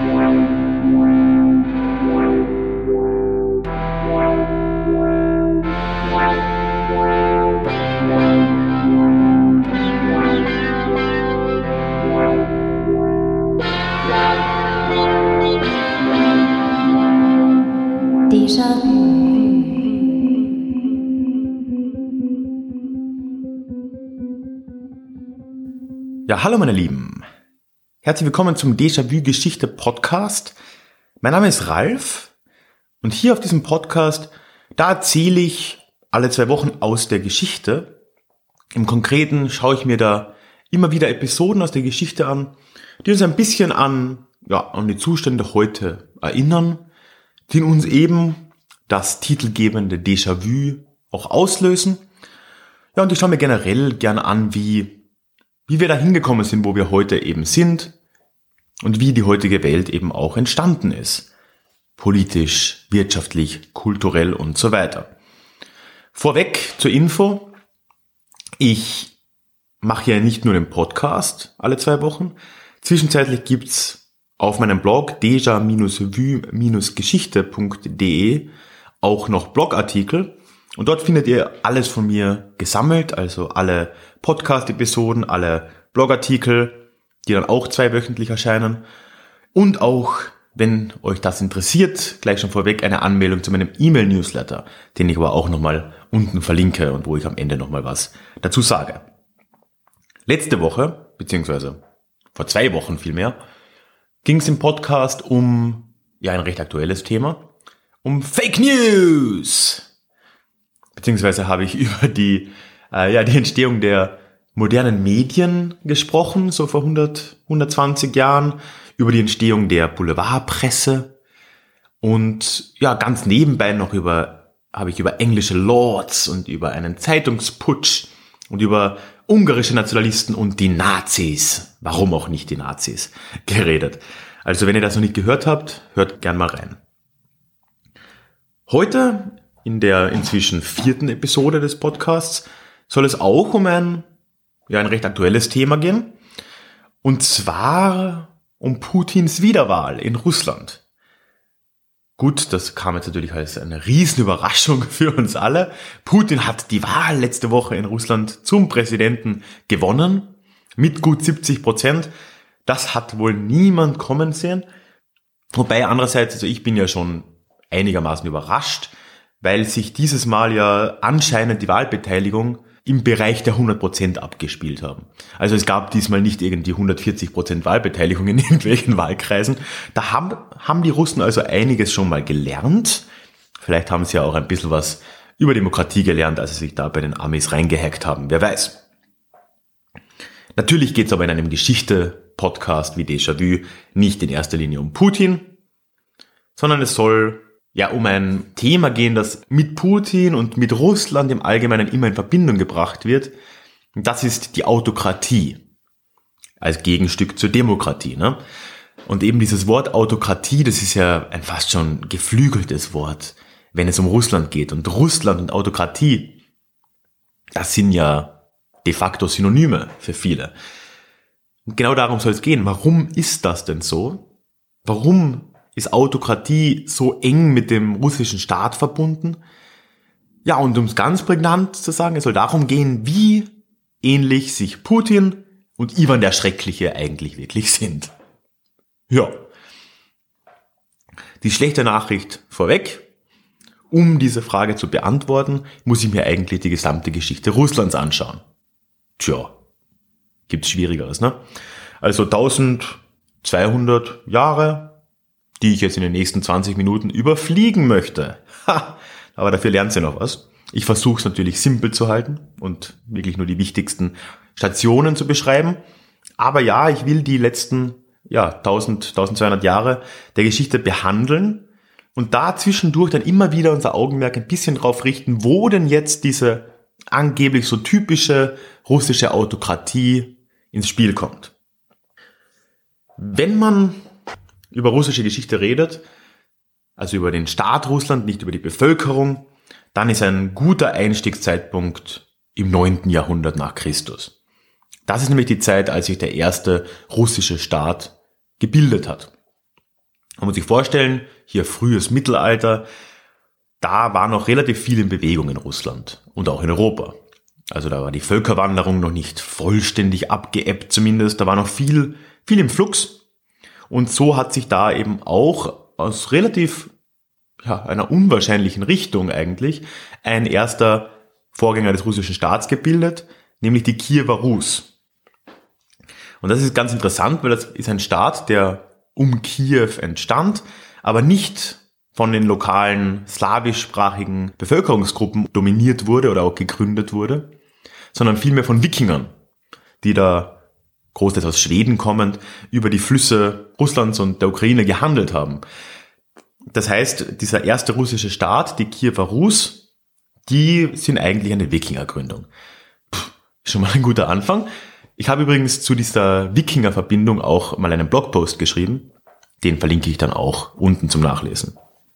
Ja, hallo meine Lieben. Herzlich willkommen zum Déjà-vu-Geschichte-Podcast. Mein Name ist Ralf und hier auf diesem Podcast, da erzähle ich alle 2 Wochen aus der Geschichte. Im Konkreten schaue ich mir da immer wieder Episoden aus der Geschichte an, die uns ein bisschen an die Zustände heute erinnern, die in uns eben das titelgebende Déjà-vu auch auslösen. Ja, und ich schaue mir generell gerne an, wie wir da hingekommen sind, wo wir heute eben sind und wie die heutige Welt eben auch entstanden ist. Politisch, wirtschaftlich, kulturell und so weiter. Vorweg zur Info. Ich mache ja nicht nur den Podcast alle 2 Wochen. Zwischenzeitlich gibt's auf meinem Blog deja-vu-geschichte.de auch noch Blogartikel. Und dort findet ihr alles von mir gesammelt, also alle Podcast-Episoden, alle Blogartikel, die dann auch 2-wöchentlich erscheinen. Und auch, wenn euch das interessiert, gleich schon vorweg eine Anmeldung zu meinem E-Mail-Newsletter, den ich aber auch nochmal unten verlinke und wo ich am Ende nochmal was dazu sage. Letzte Woche, beziehungsweise vor 2 Wochen vielmehr, ging es im Podcast um ein recht aktuelles Thema, um Fake News. Beziehungsweise habe ich über die Entstehung der modernen Medien gesprochen, so vor 120 Jahren, über die Entstehung der Boulevardpresse und ganz nebenbei noch habe ich über englische Lords und über einen Zeitungsputsch und über ungarische Nationalisten und die Nazis, warum auch nicht die Nazis, geredet. Also wenn ihr das noch nicht gehört habt, hört gern mal rein. Heute in der inzwischen 4. Episode des Podcasts soll es auch um ein recht aktuelles Thema gehen. Und zwar um Putins Wiederwahl in Russland. Gut, das kam jetzt natürlich als eine Riesenüberraschung für uns alle. Putin hat die Wahl letzte Woche in Russland zum Präsidenten gewonnen. Mit gut 70%. Das hat wohl niemand kommen sehen. Wobei andererseits, also ich bin ja schon einigermaßen überrascht, weil sich dieses Mal ja anscheinend die Wahlbeteiligung im Bereich der 100% abgespielt haben. Also es gab diesmal nicht irgendwie 140% Wahlbeteiligung in irgendwelchen Wahlkreisen. Da haben die Russen also einiges schon mal gelernt. Vielleicht haben sie ja auch ein bisschen was über Demokratie gelernt, als sie sich da bei den Amis reingehackt haben. Wer weiß. Natürlich geht es aber in einem Geschichte-Podcast wie Déjà-vu nicht in erster Linie um Putin, sondern es soll um ein Thema gehen, das mit Putin und mit Russland im Allgemeinen immer in Verbindung gebracht wird. Und das ist die Autokratie als Gegenstück zur Demokratie. Ne? Und eben dieses Wort Autokratie, das ist ja ein fast schon geflügeltes Wort, wenn es um Russland geht. Und Russland und Autokratie, das sind ja de facto Synonyme für viele. Und genau darum soll es gehen. Warum ist das denn so? Warum ist Autokratie so eng mit dem russischen Staat verbunden? Ja, und um es ganz prägnant zu sagen, es soll darum gehen, wie ähnlich sich Putin und Iwan der Schreckliche eigentlich wirklich sind. Ja. Die schlechte Nachricht vorweg. Um diese Frage zu beantworten, muss ich mir eigentlich die gesamte Geschichte Russlands anschauen. Tja, gibt's Schwierigeres, ne? Also 1200 Jahre, die ich jetzt in den nächsten 20 Minuten überfliegen möchte. Aber dafür lernt ihr noch was. Ich versuche es natürlich simpel zu halten und wirklich nur die wichtigsten Stationen zu beschreiben. Aber ja, ich will die letzten 1200 Jahre der Geschichte behandeln und da zwischendurch dann immer wieder unser Augenmerk ein bisschen drauf richten, wo denn jetzt diese angeblich so typische russische Autokratie ins Spiel kommt. Wenn man über russische Geschichte redet, also über den Staat Russland, nicht über die Bevölkerung, dann ist ein guter Einstiegszeitpunkt im 9. Jahrhundert nach Christus. Das ist nämlich die Zeit, als sich der erste russische Staat gebildet hat. Man muss sich vorstellen, hier frühes Mittelalter, da war noch relativ viel in Bewegung in Russland und auch in Europa. Also da war die Völkerwanderung noch nicht vollständig abgeebbt zumindest, da war noch viel im Flux. Und so hat sich da eben auch aus relativ einer unwahrscheinlichen Richtung eigentlich ein erster Vorgänger des russischen Staats gebildet, nämlich die Kiewer Rus. Und das ist ganz interessant, weil das ist ein Staat, der um Kiew entstand, aber nicht von den lokalen slawischsprachigen Bevölkerungsgruppen dominiert wurde oder auch gegründet wurde, sondern vielmehr von Wikingern, die da großteils aus Schweden kommend über die Flüsse Russlands und der Ukraine gehandelt haben. Das heißt, dieser erste russische Staat, die Kiewer Rus, die sind eigentlich eine Wikingergründung. Schon mal ein guter Anfang. Ich habe übrigens zu dieser Wikinger-Verbindung auch mal einen Blogpost geschrieben. Den verlinke ich dann auch unten zum Nachlesen.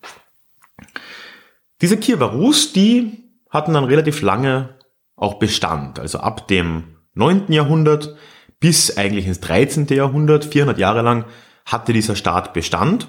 Diese Kiewer Rus, die hatten dann relativ lange auch Bestand. Also ab dem 9. Jahrhundert bis eigentlich ins 13. Jahrhundert, 400 Jahre lang, hatte dieser Staat Bestand.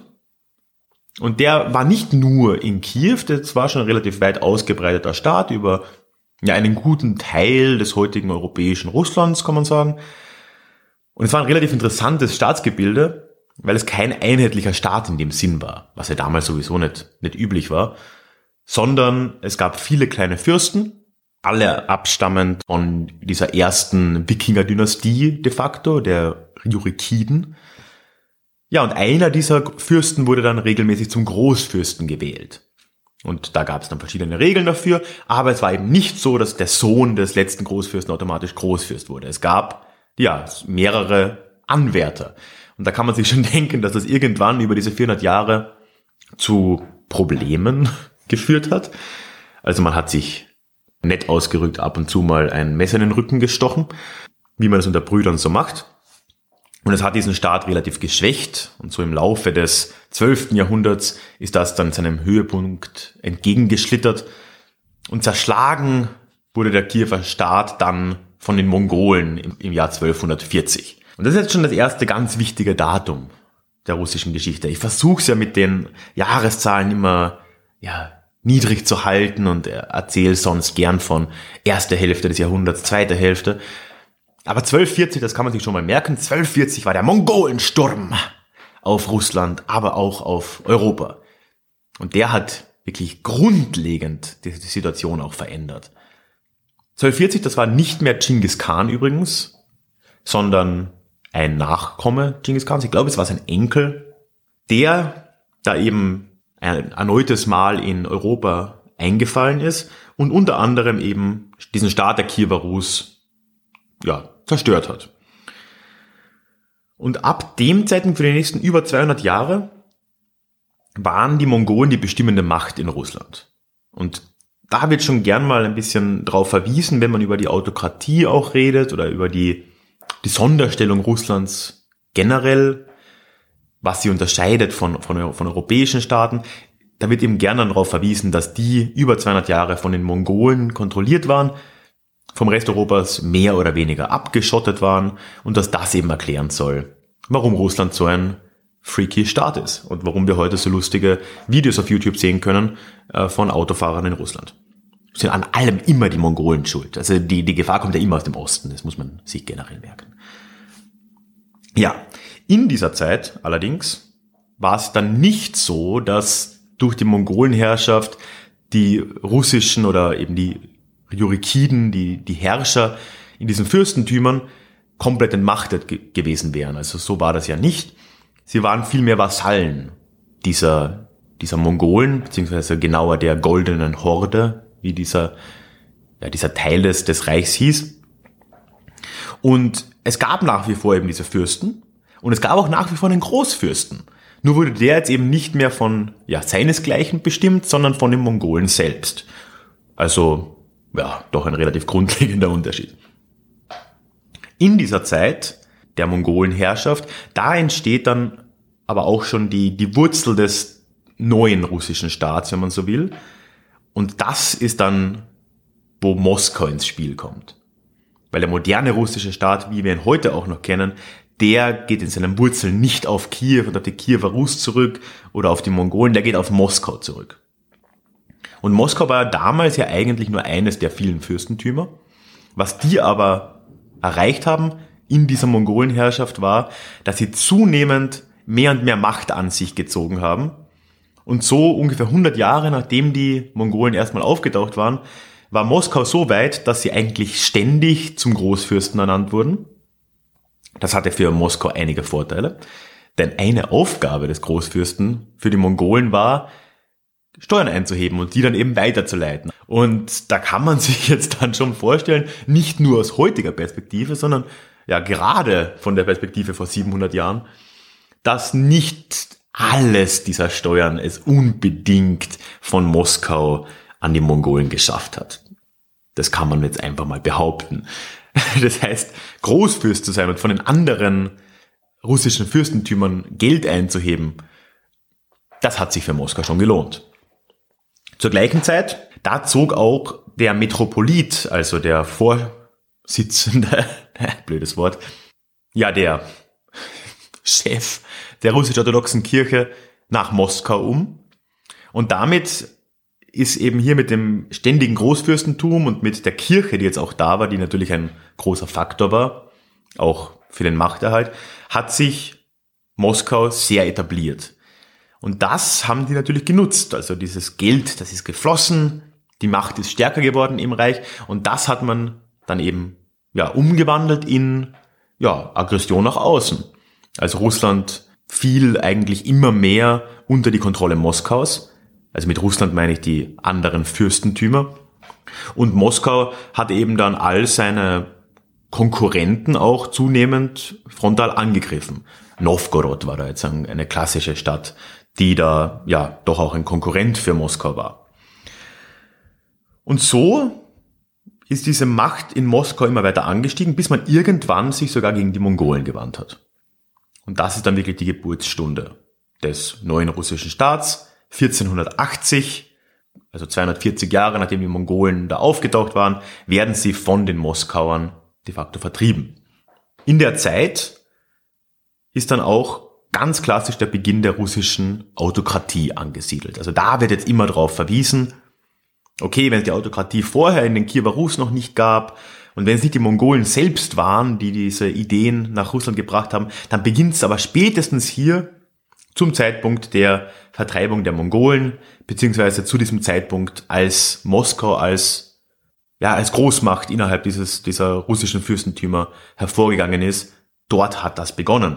Und der war nicht nur in Kiew, das war schon ein relativ weit ausgebreiteter Staat über einen guten Teil des heutigen europäischen Russlands, kann man sagen. Und es war ein relativ interessantes Staatsgebilde, weil es kein einheitlicher Staat in dem Sinn war, was ja damals sowieso nicht üblich war, sondern es gab viele kleine Fürsten, alle abstammend von dieser ersten Wikinger-Dynastie de facto, der Ryukiden. Ja, und einer dieser Fürsten wurde dann regelmäßig zum Großfürsten gewählt. Und da gab es dann verschiedene Regeln dafür, aber es war eben nicht so, dass der Sohn des letzten Großfürsten automatisch Großfürst wurde. Es gab, mehrere Anwärter. Und da kann man sich schon denken, dass das irgendwann über diese 400 Jahre zu Problemen geführt hat. Also man hat sich nett ausgerückt, ab und zu mal ein Messer in den Rücken gestochen, wie man das unter Brüdern so macht. Und es hat diesen Staat relativ geschwächt und so im Laufe des 12. Jahrhunderts ist das dann seinem Höhepunkt entgegengeschlittert und zerschlagen wurde der Kiewer Staat dann von den Mongolen im Jahr 1240. Und das ist jetzt schon das erste ganz wichtige Datum der russischen Geschichte. Ich versuche es ja mit den Jahreszahlen immer niedrig zu halten und erzähle sonst gern von erster Hälfte des Jahrhunderts, zweiter Hälfte. Aber 1240, das kann man sich schon mal merken, 1240 war der Mongolensturm auf Russland, aber auch auf Europa. Und der hat wirklich grundlegend die Situation auch verändert. 1240, das war nicht mehr Genghis Khan übrigens, sondern ein Nachkomme Genghis Khans. Ich glaube, es war sein Enkel, der da eben ein erneutes Mal in Europa eingefallen ist und unter anderem eben diesen Staat der Kiewer Rus zerstört hat. Und ab dem Zeitpunkt für die nächsten über 200 Jahre waren die Mongolen die bestimmende Macht in Russland. Und da wird schon gern mal ein bisschen drauf verwiesen, wenn man über die Autokratie auch redet oder über die Sonderstellung Russlands generell, was sie unterscheidet von europäischen Staaten. Da wird eben gern darauf verwiesen, dass die über 200 Jahre von den Mongolen kontrolliert waren, vom Rest Europas mehr oder weniger abgeschottet waren und dass das eben erklären soll, warum Russland so ein freaky Staat ist und warum wir heute so lustige Videos auf YouTube sehen können von Autofahrern in Russland. Sind an allem immer die Mongolen schuld. Also die Gefahr kommt ja immer aus dem Osten, das muss man sich generell merken. Ja, in dieser Zeit allerdings war es dann nicht so, dass durch die Mongolenherrschaft die russischen oder eben die Ryukiden, die Herrscher in diesen Fürstentümern komplett entmachtet gewesen wären. Also so war das ja nicht. Sie waren vielmehr Vasallen dieser Mongolen, beziehungsweise genauer der Goldenen Horde, wie dieser Teil des Reichs hieß. Und es gab nach wie vor eben diese Fürsten und es gab auch nach wie vor einen Großfürsten. Nur wurde der jetzt eben nicht mehr von seinesgleichen bestimmt, sondern von den Mongolen selbst. Also doch ein relativ grundlegender Unterschied. In dieser Zeit der Mongolenherrschaft, da entsteht dann aber auch schon die Wurzel des neuen russischen Staats, wenn man so will. Und das ist dann, wo Moskau ins Spiel kommt. Weil der moderne russische Staat, wie wir ihn heute auch noch kennen, der geht in seinen Wurzeln nicht auf Kiew und auf die Kiewer Rus zurück oder auf die Mongolen, der geht auf Moskau zurück. Und Moskau war damals ja eigentlich nur eines der vielen Fürstentümer. Was die aber erreicht haben in dieser Mongolenherrschaft war, dass sie zunehmend mehr und mehr Macht an sich gezogen haben. Und so ungefähr 100 Jahre, nachdem die Mongolen erstmal aufgetaucht waren, war Moskau so weit, dass sie eigentlich ständig zum Großfürsten ernannt wurden. Das hatte für Moskau einige Vorteile, denn eine Aufgabe des Großfürsten für die Mongolen war, Steuern einzuheben und die dann eben weiterzuleiten. Und da kann man sich jetzt dann schon vorstellen, nicht nur aus heutiger Perspektive, sondern ja gerade von der Perspektive vor 700 Jahren, dass nicht alles dieser Steuern es unbedingt von Moskau an die Mongolen geschafft hat. Das kann man jetzt einfach mal behaupten. Das heißt, Großfürst zu sein und von den anderen russischen Fürstentümern Geld einzuheben, das hat sich für Moskau schon gelohnt. Zur gleichen Zeit, da zog auch der Metropolit, also der Vorsitzende, blödes Wort, ja der Chef der russisch-orthodoxen Kirche nach Moskau um. Und damit ist eben hier mit dem ständigen Großfürstentum und mit der Kirche, die jetzt auch da war, die natürlich ein großer Faktor war, auch für den Machterhalt, hat sich Moskau sehr etabliert. Und das haben die natürlich genutzt. Also dieses Geld, das ist geflossen, die Macht ist stärker geworden im Reich und das hat man dann eben umgewandelt in Aggression nach außen. Also Russland fiel eigentlich immer mehr unter die Kontrolle Moskaus. Also mit Russland meine ich die anderen Fürstentümer. Und Moskau hat eben dann all seine Konkurrenten auch zunehmend frontal angegriffen. Novgorod war da jetzt eine klassische Stadt, die da doch auch ein Konkurrent für Moskau war. Und so ist diese Macht in Moskau immer weiter angestiegen, bis man irgendwann sich sogar gegen die Mongolen gewandt hat. Und das ist dann wirklich die Geburtsstunde des neuen russischen Staats. 1480, also 240 Jahre nachdem die Mongolen da aufgetaucht waren, werden sie von den Moskauern de facto vertrieben. In der Zeit ist dann auch ganz klassisch der Beginn der russischen Autokratie angesiedelt. Also da wird jetzt immer drauf verwiesen, okay, wenn es die Autokratie vorher in den Kiewer Rus noch nicht gab und wenn es nicht die Mongolen selbst waren, die diese Ideen nach Russland gebracht haben, dann beginnt es aber spätestens hier zum Zeitpunkt der Vertreibung der Mongolen, beziehungsweise zu diesem Zeitpunkt, als Moskau als Großmacht innerhalb dieser russischen Fürstentümer hervorgegangen ist. Dort hat das begonnen.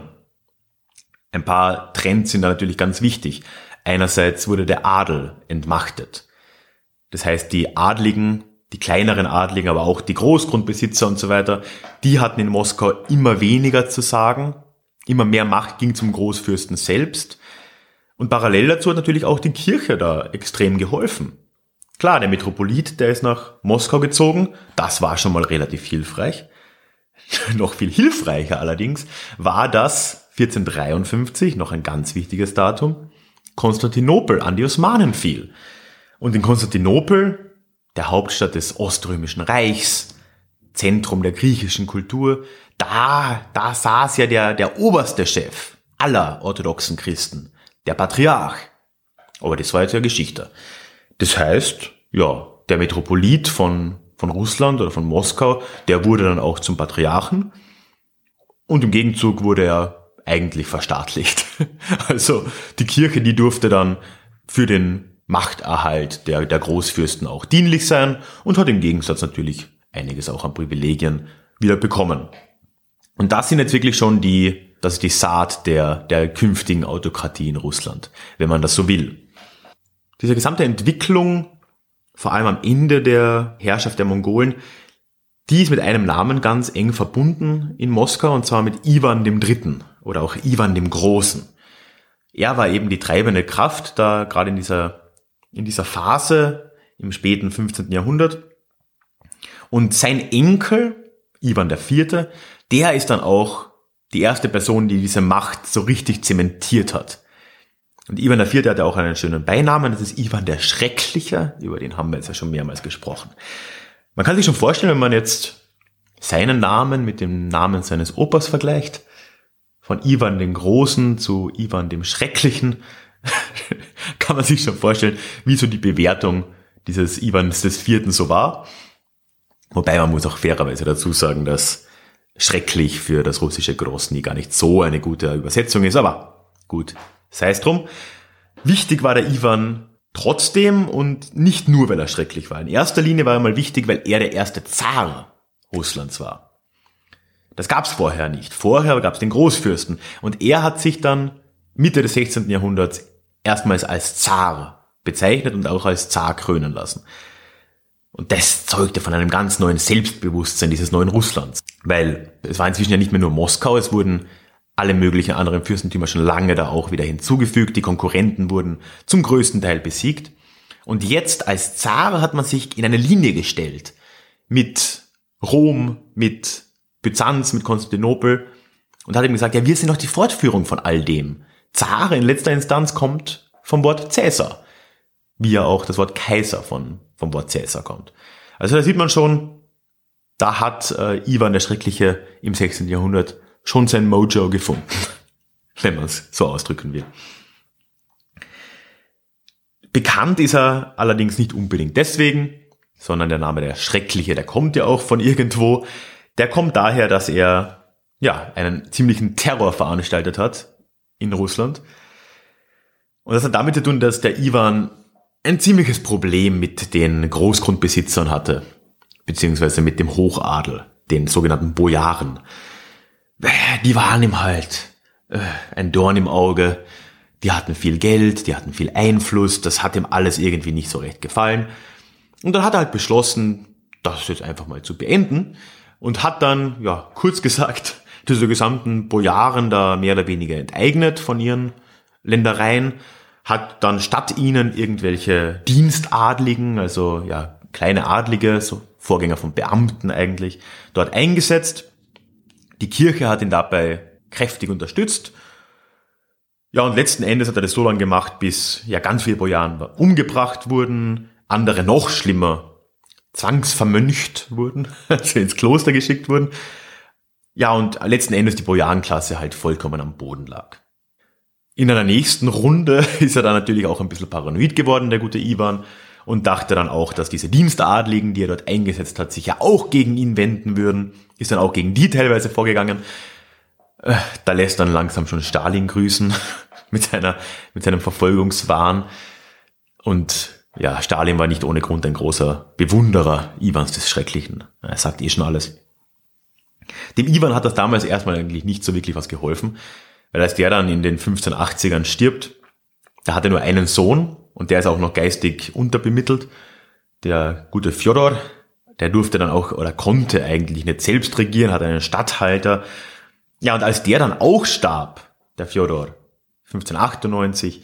Ein paar Trends sind da natürlich ganz wichtig. Einerseits wurde der Adel entmachtet. Das heißt, die Adligen, die kleineren Adligen, aber auch die Großgrundbesitzer und so weiter, die hatten in Moskau immer weniger zu sagen. Immer mehr Macht ging zum Großfürsten selbst. Und parallel dazu hat natürlich auch die Kirche da extrem geholfen. Klar, der Metropolit, der ist nach Moskau gezogen. Das war schon mal relativ hilfreich. Noch viel hilfreicher allerdings war das 1453, noch ein ganz wichtiges Datum, Konstantinopel an die Osmanen fiel. Und in Konstantinopel, der Hauptstadt des Oströmischen Reichs, Zentrum der griechischen Kultur, da saß ja der oberste Chef aller orthodoxen Christen, der Patriarch. Aber das war jetzt ja Geschichte. Das heißt, der Metropolit von Russland oder von Moskau, der wurde dann auch zum Patriarchen und im Gegenzug wurde er eigentlich verstaatlicht. Also die Kirche, die durfte dann für den Machterhalt der Großfürsten auch dienlich sein und hat im Gegensatz natürlich einiges auch an Privilegien wieder bekommen. Und das sind jetzt wirklich schon das ist die Saat der künftigen Autokratie in Russland, wenn man das so will. Diese gesamte Entwicklung, vor allem am Ende der Herrschaft der Mongolen, die ist mit einem Namen ganz eng verbunden in Moskau, und zwar mit Iwan III. Oder auch Iwan dem Großen. Er war eben die treibende Kraft, da gerade in dieser Phase im späten 15. Jahrhundert. Und sein Enkel, Iwan IV., der ist dann auch die erste Person, die diese Macht so richtig zementiert hat. Und Iwan IV. Hatte auch einen schönen Beinamen, das ist Iwan der Schreckliche, über den haben wir jetzt ja schon mehrmals gesprochen. Man kann sich schon vorstellen, wenn man jetzt seinen Namen mit dem Namen seines Opas vergleicht, von Ivan dem Großen zu Ivan dem Schrecklichen, kann man sich schon vorstellen, wie so die Bewertung dieses Iwans des Vierten so war. Wobei man muss auch fairerweise dazu sagen, dass schrecklich für das russische Grosny gar nicht so eine gute Übersetzung ist, aber gut, sei es drum. Wichtig war der Iwan trotzdem und nicht nur, weil er schrecklich war. In erster Linie war er mal wichtig, weil er der erste Zar Russlands war. Das gab's vorher nicht. Vorher gab's den Großfürsten und er hat sich dann Mitte des 16. Jahrhunderts erstmals als Zar bezeichnet und auch als Zar krönen lassen. Und das zeugte von einem ganz neuen Selbstbewusstsein dieses neuen Russlands. Weil es war inzwischen ja nicht mehr nur Moskau, es wurden alle möglichen anderen Fürstentümer schon lange da auch wieder hinzugefügt. Die Konkurrenten wurden zum größten Teil besiegt. Und jetzt als Zar hat man sich in eine Linie gestellt. Mit Rom, mit Byzanz, mit Konstantinopel. Und hat eben gesagt, ja, wir sind doch die Fortführung von all dem. Zar in letzter Instanz kommt vom Wort Cäsar. Wie ja auch das Wort Kaiser vom Wort Cäsar kommt. Also da sieht man schon, da hat Iwan der Schreckliche im 16. Jahrhundert schon sein Mojo gefunden, wenn man es so ausdrücken will. Bekannt ist er allerdings nicht unbedingt deswegen, sondern der Name der Schreckliche, der kommt ja auch von irgendwo. Der kommt daher, dass er ja einen ziemlichen Terror veranstaltet hat in Russland. Und das hat damit zu tun, dass der Iwan ein ziemliches Problem mit den Großgrundbesitzern hatte, beziehungsweise mit dem Hochadel, den sogenannten Bojaren. Die waren ihm halt ein Dorn im Auge, die hatten viel Geld, die hatten viel Einfluss, das hat ihm alles irgendwie nicht so recht gefallen. Und dann hat er halt beschlossen, das jetzt einfach mal zu beenden und hat dann, ja, kurz gesagt, diese gesamten Bojaren da mehr oder weniger enteignet von ihren Ländereien, hat dann statt ihnen irgendwelche Dienstadligen, also ja kleine Adlige, so Vorgänger von Beamten eigentlich, dort eingesetzt. Die Kirche hat ihn dabei kräftig unterstützt. Ja, und letzten Endes hat er das so lange gemacht, bis ja ganz viele Bojaren umgebracht wurden, andere noch schlimmer zwangsvermöncht wurden, also ins Kloster geschickt wurden. Ja, und letzten Endes die Bojarenklasse halt vollkommen am Boden lag. In einer nächsten Runde ist er dann natürlich auch ein bisschen paranoid geworden, der gute Iwan, und dachte dann auch, dass diese Dienstadligen, die er dort eingesetzt hat, sich ja auch gegen ihn wenden würden, ist dann auch gegen die teilweise vorgegangen. Da lässt dann langsam schon Stalin grüßen mit seinem Verfolgungswahn. Und ja, Stalin war nicht ohne Grund ein großer Bewunderer Iwans des Schrecklichen. Er sagt eh schon alles. Dem Iwan hat das damals erstmal eigentlich nicht so wirklich was geholfen, weil als der dann in den 1580ern stirbt, da hat er nur einen Sohn und der ist auch noch geistig unterbemittelt. Der gute Fjodor, der durfte dann auch oder konnte eigentlich nicht selbst regieren, hat einen Statthalter. Ja, und als der dann auch starb, der Fjodor, 1598,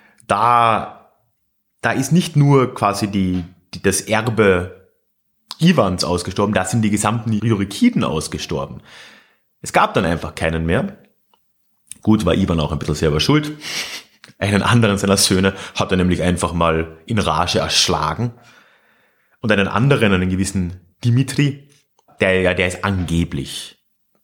da ist nicht nur quasi das Erbe Iwans ausgestorben, da sind die gesamten Jurikiden ausgestorben. Es gab dann einfach keinen mehr. Gut, war Iwan auch ein bisschen selber schuld. Einen anderen seiner Söhne hat er nämlich einfach mal in Rage erschlagen. Und einen anderen, einen gewissen Dimitri, der ist angeblich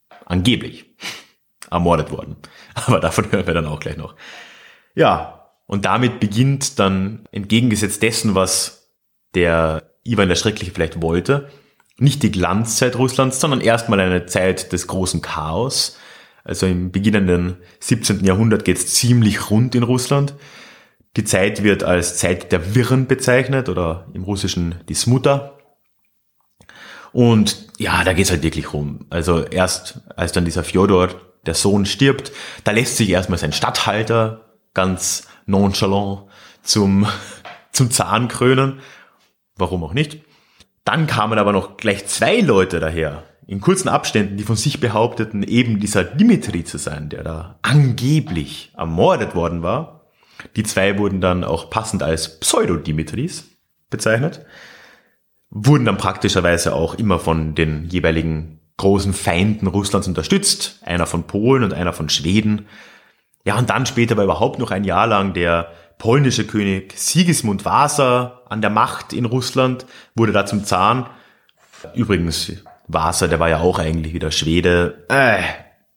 ermordet worden. Aber davon hören wir dann auch gleich noch. Ja, und damit beginnt dann entgegengesetzt dessen, was der Iwan der Schreckliche vielleicht wollte, nicht die Glanzzeit Russlands, sondern erstmal eine Zeit des großen Chaos. Also im beginnenden 17. Jahrhundert geht es ziemlich rund in Russland. Die Zeit wird als Zeit der Wirren bezeichnet oder im Russischen die Smuta. Und ja, da geht es halt wirklich rum. Also erst als dann dieser Fjodor, der Sohn, stirbt, da lässt sich erstmal sein Statthalter ganz nonchalant zum Zaren krönen. Warum auch nicht? Dann kamen aber noch gleich zwei Leute daher, in kurzen Abständen, die von sich behaupteten, eben dieser Dimitri zu sein, der da angeblich ermordet worden war. Die zwei wurden dann auch passend als Pseudo-Dimitris bezeichnet, wurden dann praktischerweise auch immer von den jeweiligen großen Feinden Russlands unterstützt, einer von Polen und einer von Schweden. Ja, und dann später war überhaupt noch ein Jahr lang der polnische König Sigismund Wasa an der Macht in Russland, wurde da zum Zaren. Übrigens, Wasa, der war ja auch eigentlich wieder Schwede.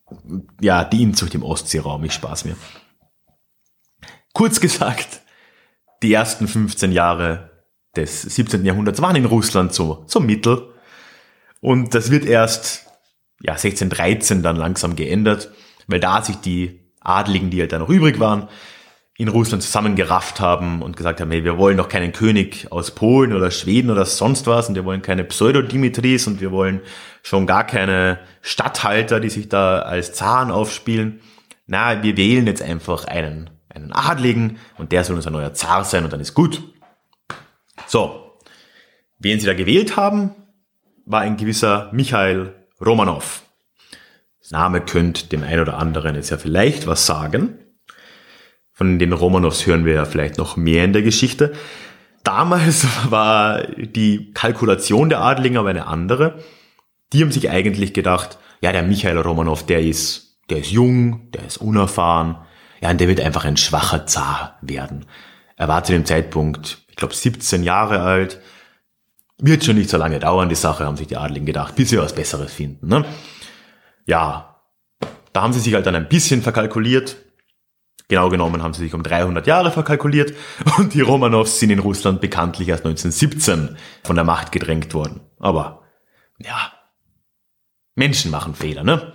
ja, die Inzucht im Ostseeraum, ich spaß mir. Kurz gesagt, die ersten 15 Jahre des 17. Jahrhunderts waren in Russland so mittel. Und das wird erst 1613 dann langsam geändert, weil da sich die Adligen, die halt dann noch übrig waren, in Russland zusammengerafft haben und gesagt haben, hey, wir wollen doch keinen König aus Polen oder Schweden oder sonst was und wir wollen keine Pseudo-Dimitris und wir wollen schon gar keine Statthalter, die sich da als Zaren aufspielen. Na, wir wählen jetzt einfach einen Adligen und der soll unser neuer Zar sein und dann ist gut. So, wen sie da gewählt haben, war ein gewisser Michail Romanow. Der Name könnte dem einen oder anderen jetzt ja vielleicht was sagen. Von den Romanows hören wir ja vielleicht noch mehr in der Geschichte. Damals war die Kalkulation der Adligen aber eine andere. Die haben sich eigentlich gedacht, ja, der Michail Romanow, der ist jung, der ist unerfahren, ja, und der wird einfach ein schwacher Zar werden. Er war zu dem Zeitpunkt, ich glaube, 17 Jahre alt. Wird schon nicht so lange dauern, die Sache, haben sich die Adligen gedacht, bis sie was Besseres finden, ne? Ja, da haben sie sich halt dann ein bisschen verkalkuliert. Genau genommen haben sie sich um 300 Jahre verkalkuliert und die Romanows sind in Russland bekanntlich erst 1917 von der Macht gedrängt worden. Aber, ja, Menschen machen Fehler, ne?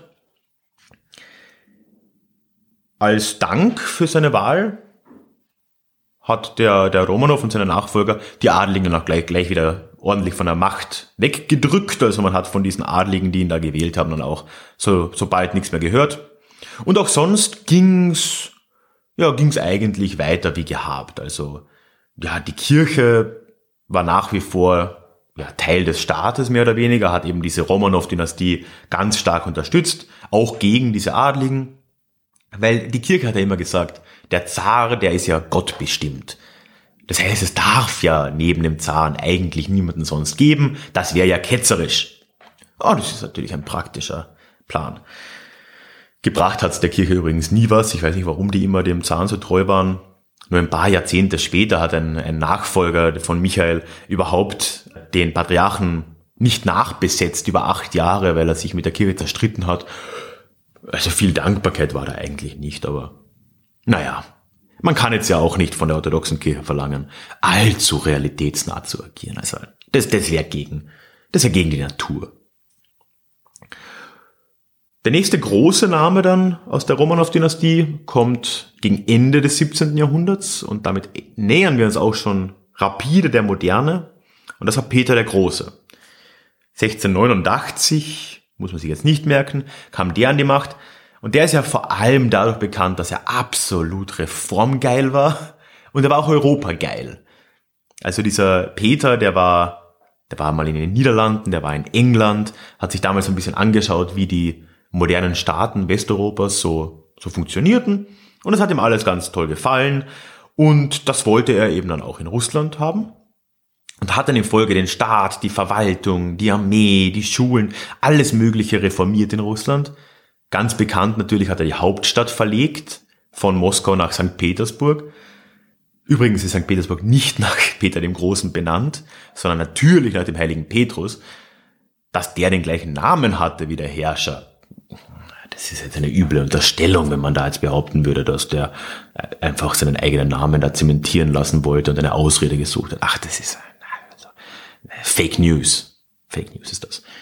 Als Dank für seine Wahl hat der Romanow und seine Nachfolger die Adligen dann auch gleich wieder ordentlich von der Macht weggedrückt. Also man hat von diesen Adligen, die ihn da gewählt haben, dann auch so bald nichts mehr gehört. Und auch sonst ging's eigentlich weiter wie gehabt. Also, ja, die Kirche war nach wie vor, Teil des Staates mehr oder weniger, hat eben diese Romanow-Dynastie ganz stark unterstützt, auch gegen diese Adligen. Weil die Kirche hat ja immer gesagt, der Zar, der ist ja gottbestimmt. Das heißt, es darf ja neben dem Zaren eigentlich niemanden sonst geben. Das wäre ja ketzerisch. Oh, das ist natürlich ein praktischer Plan. Gebracht hat's der Kirche übrigens nie was. Ich weiß nicht, warum die immer dem Zaren so treu waren. Nur ein paar Jahrzehnte später hat ein Nachfolger von Michael überhaupt den Patriarchen nicht nachbesetzt über 8 Jahre, weil er sich mit der Kirche zerstritten hat. Also viel Dankbarkeit war da eigentlich nicht, aber naja, man kann jetzt ja auch nicht von der orthodoxen Kirche verlangen, allzu realitätsnah zu agieren. Also das wäre gegen die Natur. Der nächste große Name dann aus der Romanow-Dynastie kommt gegen Ende des 17. Jahrhunderts und damit nähern wir uns auch schon rapide der Moderne und das war Peter der Große. 1689, muss man sich jetzt nicht merken, kam der an die Macht und der ist ja vor allem dadurch bekannt, dass er absolut reformgeil war und er war auch europageil. Also dieser Peter, der war mal in den Niederlanden, der war in England, hat sich damals ein bisschen angeschaut, wie die modernen Staaten Westeuropas so funktionierten. Und es hat ihm alles ganz toll gefallen. Und das wollte er eben dann auch in Russland haben. Und hat dann in Folge den Staat, die Verwaltung, die Armee, die Schulen, alles Mögliche reformiert in Russland. Ganz bekannt natürlich hat er die Hauptstadt verlegt, von Moskau nach St. Petersburg. Übrigens ist St. Petersburg nicht nach Peter dem Großen benannt, sondern natürlich nach dem heiligen Petrus. Dass der den gleichen Namen hatte wie der Herrscher, das ist jetzt eine üble Unterstellung, wenn man da jetzt behaupten würde, dass der einfach seinen eigenen Namen da zementieren lassen wollte und eine Ausrede gesucht hat. Ach, das ist Fake News. Fake News ist das.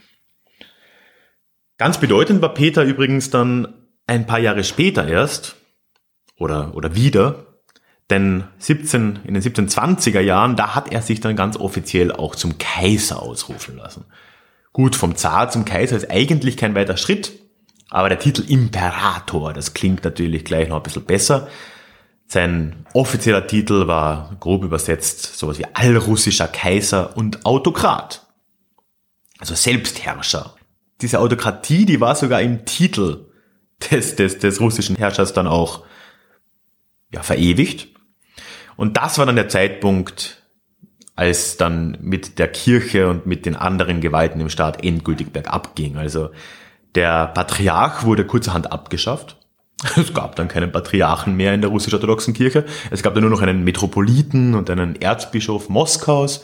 Ganz bedeutend war Peter übrigens dann ein paar Jahre später erst, oder wieder, denn in den 1720er Jahren, da hat er sich dann ganz offiziell auch zum Kaiser ausrufen lassen. Gut, vom Zar zum Kaiser ist eigentlich kein weiter Schritt, aber der Titel Imperator, das klingt natürlich gleich noch ein bisschen besser. Sein offizieller Titel war grob übersetzt sowas wie allrussischer Kaiser und Autokrat. Also Selbstherrscher. Diese Autokratie, die war sogar im Titel des russischen Herrschers dann auch verewigt. Und das war dann der Zeitpunkt, als dann mit der Kirche und mit den anderen Gewalten im Staat endgültig bergab ging. Also der Patriarch wurde kurzerhand abgeschafft. Es gab dann keinen Patriarchen mehr in der russisch-orthodoxen Kirche. Es gab dann nur noch einen Metropoliten und einen Erzbischof Moskaus.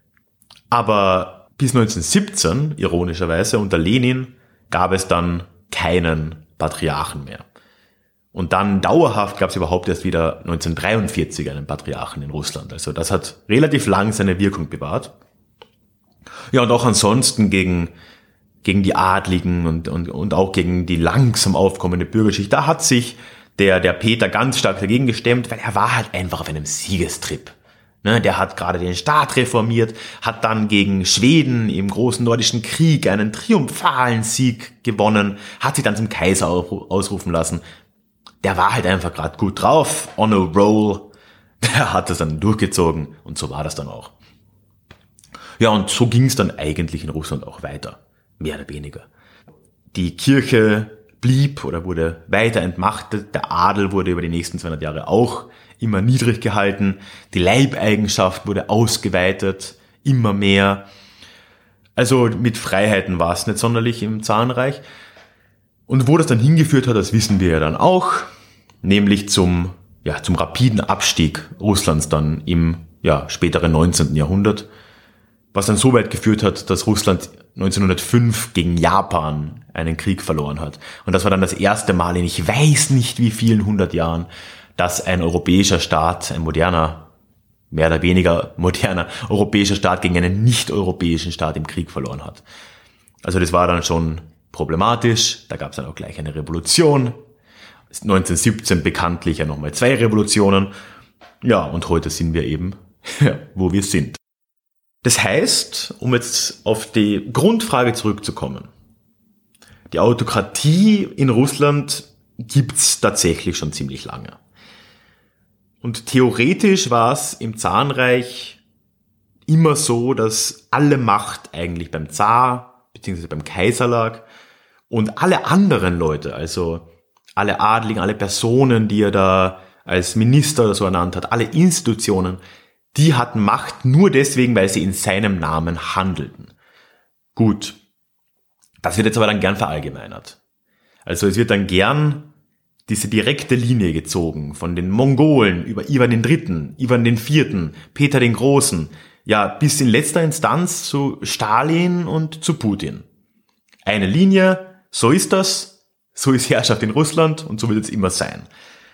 Aber bis 1917, ironischerweise, unter Lenin, gab es dann keinen Patriarchen mehr. Und dann dauerhaft gab es überhaupt erst wieder 1943 einen Patriarchen in Russland. Also das hat relativ lang seine Wirkung bewahrt. Ja, und auch ansonsten gegen die Adligen und auch gegen die langsam aufkommende Bürgerschicht. Da hat sich der Peter ganz stark dagegen gestemmt, weil er war halt einfach auf einem Siegestrip. Ne, der hat gerade den Staat reformiert, hat dann gegen Schweden im großen nordischen Krieg einen triumphalen Sieg gewonnen, hat sich dann zum Kaiser ausrufen lassen. Der war halt einfach gerade gut drauf, on a roll. Der hat das dann durchgezogen und so war das dann auch. Ja, und so ging es dann eigentlich in Russland auch weiter, mehr oder weniger. Die Kirche blieb oder wurde weiter entmachtet, der Adel wurde über die nächsten 200 Jahre auch immer niedrig gehalten, die Leibeigenschaft wurde ausgeweitet, immer mehr. Also mit Freiheiten war es nicht sonderlich im Zarenreich. Und wo das dann hingeführt hat, das wissen wir ja dann auch, nämlich zum rapiden Abstieg Russlands dann im späteren 19. Jahrhundert, was dann so weit geführt hat, dass Russland 1905 gegen Japan einen Krieg verloren hat. Und das war dann das erste Mal in ich weiß nicht wie vielen 100 Jahren, dass ein europäischer Staat, ein moderner, mehr oder weniger moderner europäischer Staat gegen einen nicht-europäischen Staat im Krieg verloren hat. Also das war dann schon problematisch, da gab es dann auch gleich eine Revolution, 1917 bekanntlich ja nochmal 2 Revolutionen, ja, und heute sind wir eben, wo wir sind. Das heißt, um jetzt auf die Grundfrage zurückzukommen, die Autokratie in Russland gibt's tatsächlich schon ziemlich lange. Und theoretisch war es im Zarenreich immer so, dass alle Macht eigentlich beim Zar bzw. beim Kaiser lag und alle anderen Leute, also alle Adligen, alle Personen, die er da als Minister oder so ernannt hat, alle Institutionen, die hatten Macht nur deswegen, weil sie in seinem Namen handelten. Gut, das wird jetzt aber dann gern verallgemeinert. Also es wird dann gern diese direkte Linie gezogen von den Mongolen über Ivan III., Ivan IV., Peter den Großen, ja bis in letzter Instanz zu Stalin und zu Putin. Eine Linie, so ist das, so ist Herrschaft in Russland und so wird es immer sein.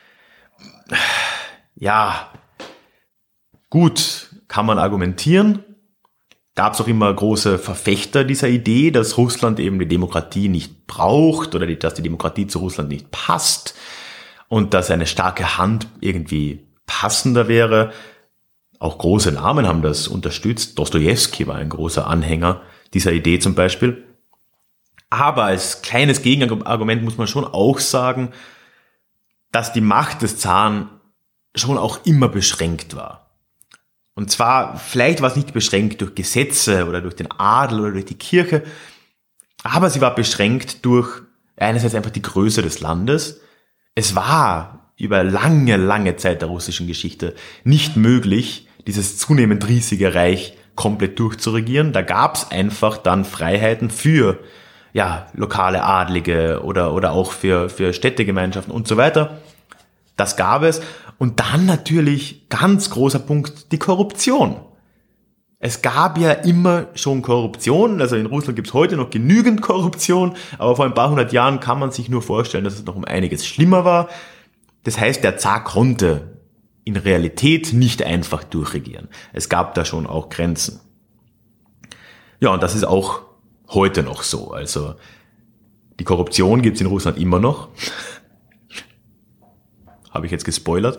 Ja, gut, kann man argumentieren. Gab es auch immer große Verfechter dieser Idee, dass Russland eben die Demokratie nicht braucht oder dass die Demokratie zu Russland nicht passt und dass eine starke Hand irgendwie passender wäre. Auch große Namen haben das unterstützt. Dostojewski war ein großer Anhänger dieser Idee zum Beispiel. Aber als kleines Gegenargument muss man schon auch sagen, dass die Macht des Zaren schon auch immer beschränkt war. Und zwar, vielleicht war es nicht beschränkt durch Gesetze oder durch den Adel oder durch die Kirche, aber sie war beschränkt durch einerseits einfach die Größe des Landes. Es war über lange, lange Zeit der russischen Geschichte nicht möglich, dieses zunehmend riesige Reich komplett durchzuregieren. Da gab es einfach dann Freiheiten für lokale Adlige oder auch für Städtegemeinschaften und so weiter. Das gab es. Und dann natürlich, ganz großer Punkt, die Korruption. Es gab ja immer schon Korruption, also in Russland gibt es heute noch genügend Korruption, aber vor ein paar 100 Jahren kann man sich nur vorstellen, dass es noch um einiges schlimmer war. Das heißt, der Zar konnte in Realität nicht einfach durchregieren. Es gab da schon auch Grenzen. Ja, und das ist auch heute noch so. Also die Korruption gibt es in Russland immer noch. Habe ich jetzt gespoilert.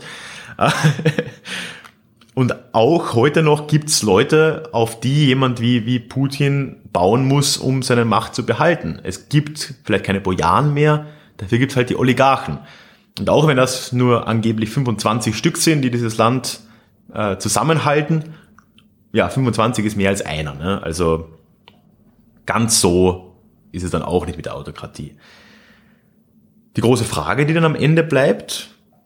Und auch heute noch gibt's Leute, auf die jemand wie Putin bauen muss, um seine Macht zu behalten. Es gibt vielleicht keine Bojaren mehr, dafür gibt's halt die Oligarchen. Und auch wenn das nur angeblich 25 Stück sind, die dieses Land zusammenhalten, 25 ist mehr als einer. Ne? Also ganz so ist es dann auch nicht mit der Autokratie. Die große Frage, die dann am Ende bleibt,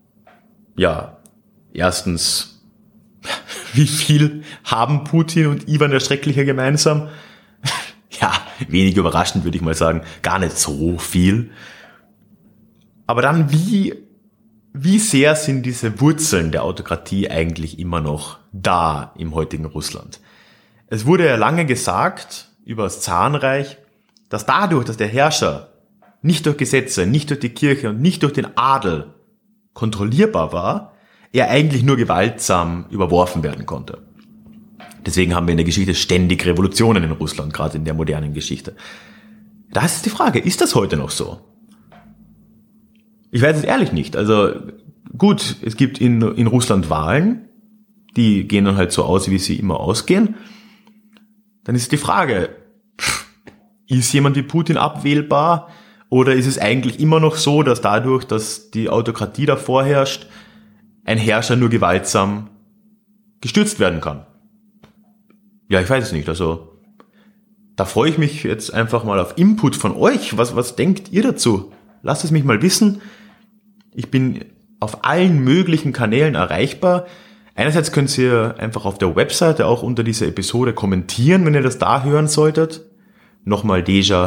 erstens, wie viel haben Putin und Ivan der Schreckliche gemeinsam? Wenig überraschend würde ich mal sagen, gar nicht so viel. Aber dann, wie sehr sind diese Wurzeln der Autokratie eigentlich immer noch da im heutigen Russland? Es wurde ja lange gesagt über das Zarenreich, dass dadurch, dass der Herrscher nicht durch Gesetze, nicht durch die Kirche und nicht durch den Adel kontrollierbar war, er eigentlich nur gewaltsam überworfen werden konnte. Deswegen haben wir in der Geschichte ständig Revolutionen in Russland, gerade in der modernen Geschichte. Das ist die Frage, ist das heute noch so? Ich weiß es ehrlich nicht. Also gut, es gibt in Russland Wahlen, die gehen dann halt so aus, wie sie immer ausgehen. Dann ist die Frage, ist jemand wie Putin abwählbar? Oder ist es eigentlich immer noch so, dass dadurch, dass die Autokratie da vorherrscht, ein Herrscher nur gewaltsam gestürzt werden kann? Ja, ich weiß es nicht. Also da freue ich mich jetzt einfach mal auf Input von euch. Was denkt ihr dazu? Lasst es mich mal wissen. Ich bin auf allen möglichen Kanälen erreichbar. Einerseits könnt ihr einfach auf der Webseite auch unter dieser Episode kommentieren, wenn ihr das da hören solltet. Nochmal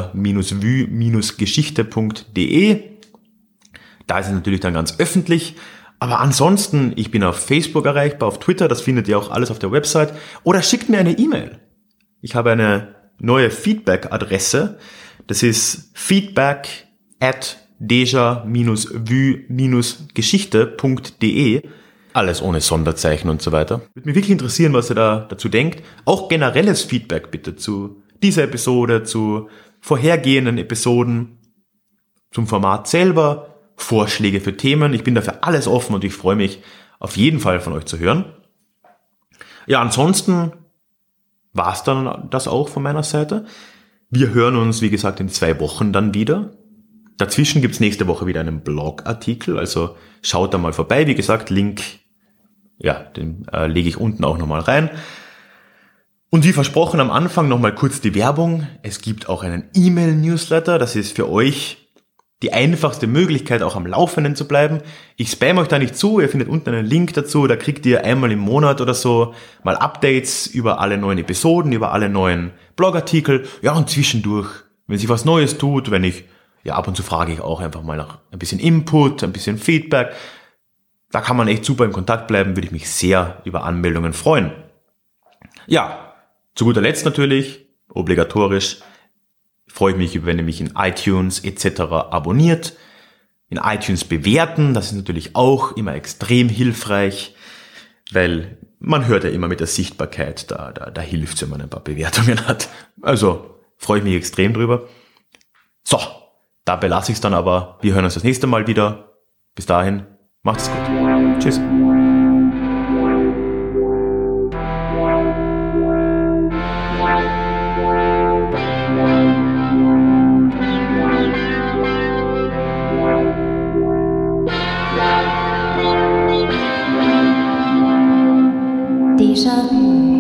deja-vue-geschichte.de. Da ist es natürlich dann ganz öffentlich. Aber ansonsten, ich bin auf Facebook erreichbar, auf Twitter, das findet ihr auch alles auf der Website. Oder schickt mir eine E-Mail. Ich habe eine neue Feedback-Adresse. Das ist feedback@deja-vue-geschichte.de. Alles ohne Sonderzeichen und so weiter. Würde mich wirklich interessieren, was ihr da dazu denkt. Auch generelles Feedback bitte zu dieser Episode, zu vorhergehenden Episoden, zum Format selber, Vorschläge für Themen. Ich bin dafür alles offen und ich freue mich auf jeden Fall von euch zu hören. Ja, ansonsten war es dann das auch von meiner Seite. Wir hören uns, wie gesagt, in 2 Wochen dann wieder. Dazwischen gibt's nächste Woche wieder einen Blogartikel, also schaut da mal vorbei. Wie gesagt, Link, ja, den lege ich unten auch nochmal rein. Und wie versprochen am Anfang nochmal kurz die Werbung. Es gibt auch einen E-Mail-Newsletter, das ist für euch die einfachste Möglichkeit, auch am Laufenden zu bleiben. Ich spam euch da nicht zu, ihr findet unten einen Link dazu, da kriegt ihr einmal im Monat oder so mal Updates über alle neuen Episoden, über alle neuen Blogartikel. Ja, und zwischendurch, wenn sich was Neues tut, ja, ab und zu frage ich auch einfach mal nach ein bisschen Input, ein bisschen Feedback. Da kann man echt super im Kontakt bleiben, würde ich mich sehr über Anmeldungen freuen. Ja, zu guter Letzt natürlich, obligatorisch, freue ich mich, wenn ihr mich in iTunes etc. abonniert, in iTunes bewerten, das ist natürlich auch immer extrem hilfreich, weil man hört ja immer mit der Sichtbarkeit, da hilft es, wenn man ein paar Bewertungen hat. Also freue ich mich extrem drüber. So, dabei lasse ich es dann aber. Wir hören uns das nächste Mal wieder. Bis dahin, macht's gut. Tschüss. Déjà vu.